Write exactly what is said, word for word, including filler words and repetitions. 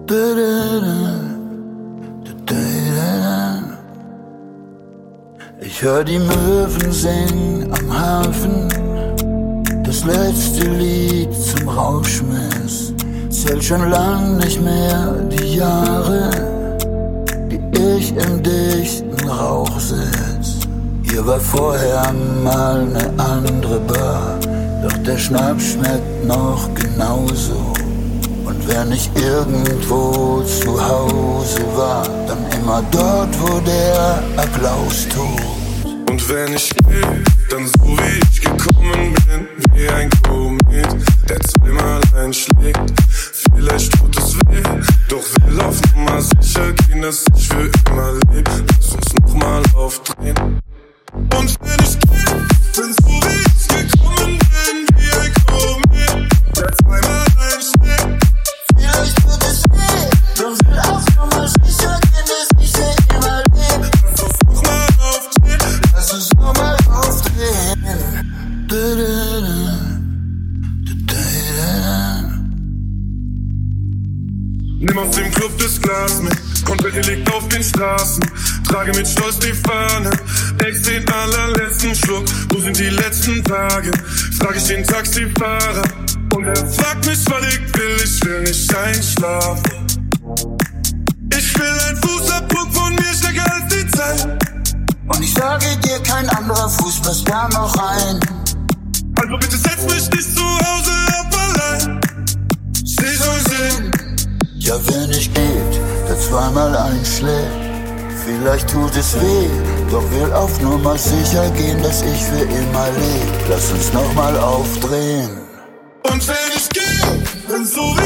Ich hör die Möwen singen am Hafen, das letzte Lied zum Rauschmiss. Zählt schon lang nicht mehr die Jahre, die ich im dichten Rauch sitz. Hier war vorher mal ne andere Bar, doch der Schnaps schmeckt noch genauso. Und wenn ich irgendwo zu Hause war, dann immer dort, wo der Applaus tut. Und wenn ich geh, dann so wie ich gekommen bin, wie ein Komet, der zweimal einschlägt. Vielleicht tut es weh, doch will auf Nummer sicher gehen, dass ich für immer leb. Lass uns nochmal aufdrehen. Und wenn ich geh, dann so wie ich gekommen bin, wie ein Komet, der zweimal einschlägt. Vielleicht tut es weh, doch will auf Nummer sicher gehen, dass ich für immer leb. Lass uns nochmal aufdrehen. Lass uns nochmal aufdrehen. Nimm aus dem Club das Glas mit, Konfetti liegt auf den Straßen. Trage mit Stolz die Fahne, Ex den allerletzten Schluck. Wo sind die letzten Tage? Frag ich den Taxifahrer und er fragt mich, was ich will. Ich will nicht einschlafen. Ich will ein Fußabdruck von mir, stärker als die Zeit. Und ich sage dir, kein anderer Fuß passt da noch rein. Also bitte setz mich nicht zu Hause auf allein. Seh soll sehen. Ja, wenn ich geht, der zweimal einschlägt. Vielleicht tut es weh, doch will auf Nummer sicher gehen, dass ich für immer leb. Lass uns nochmal aufdrehen. Und wenn ich geh, dann so wie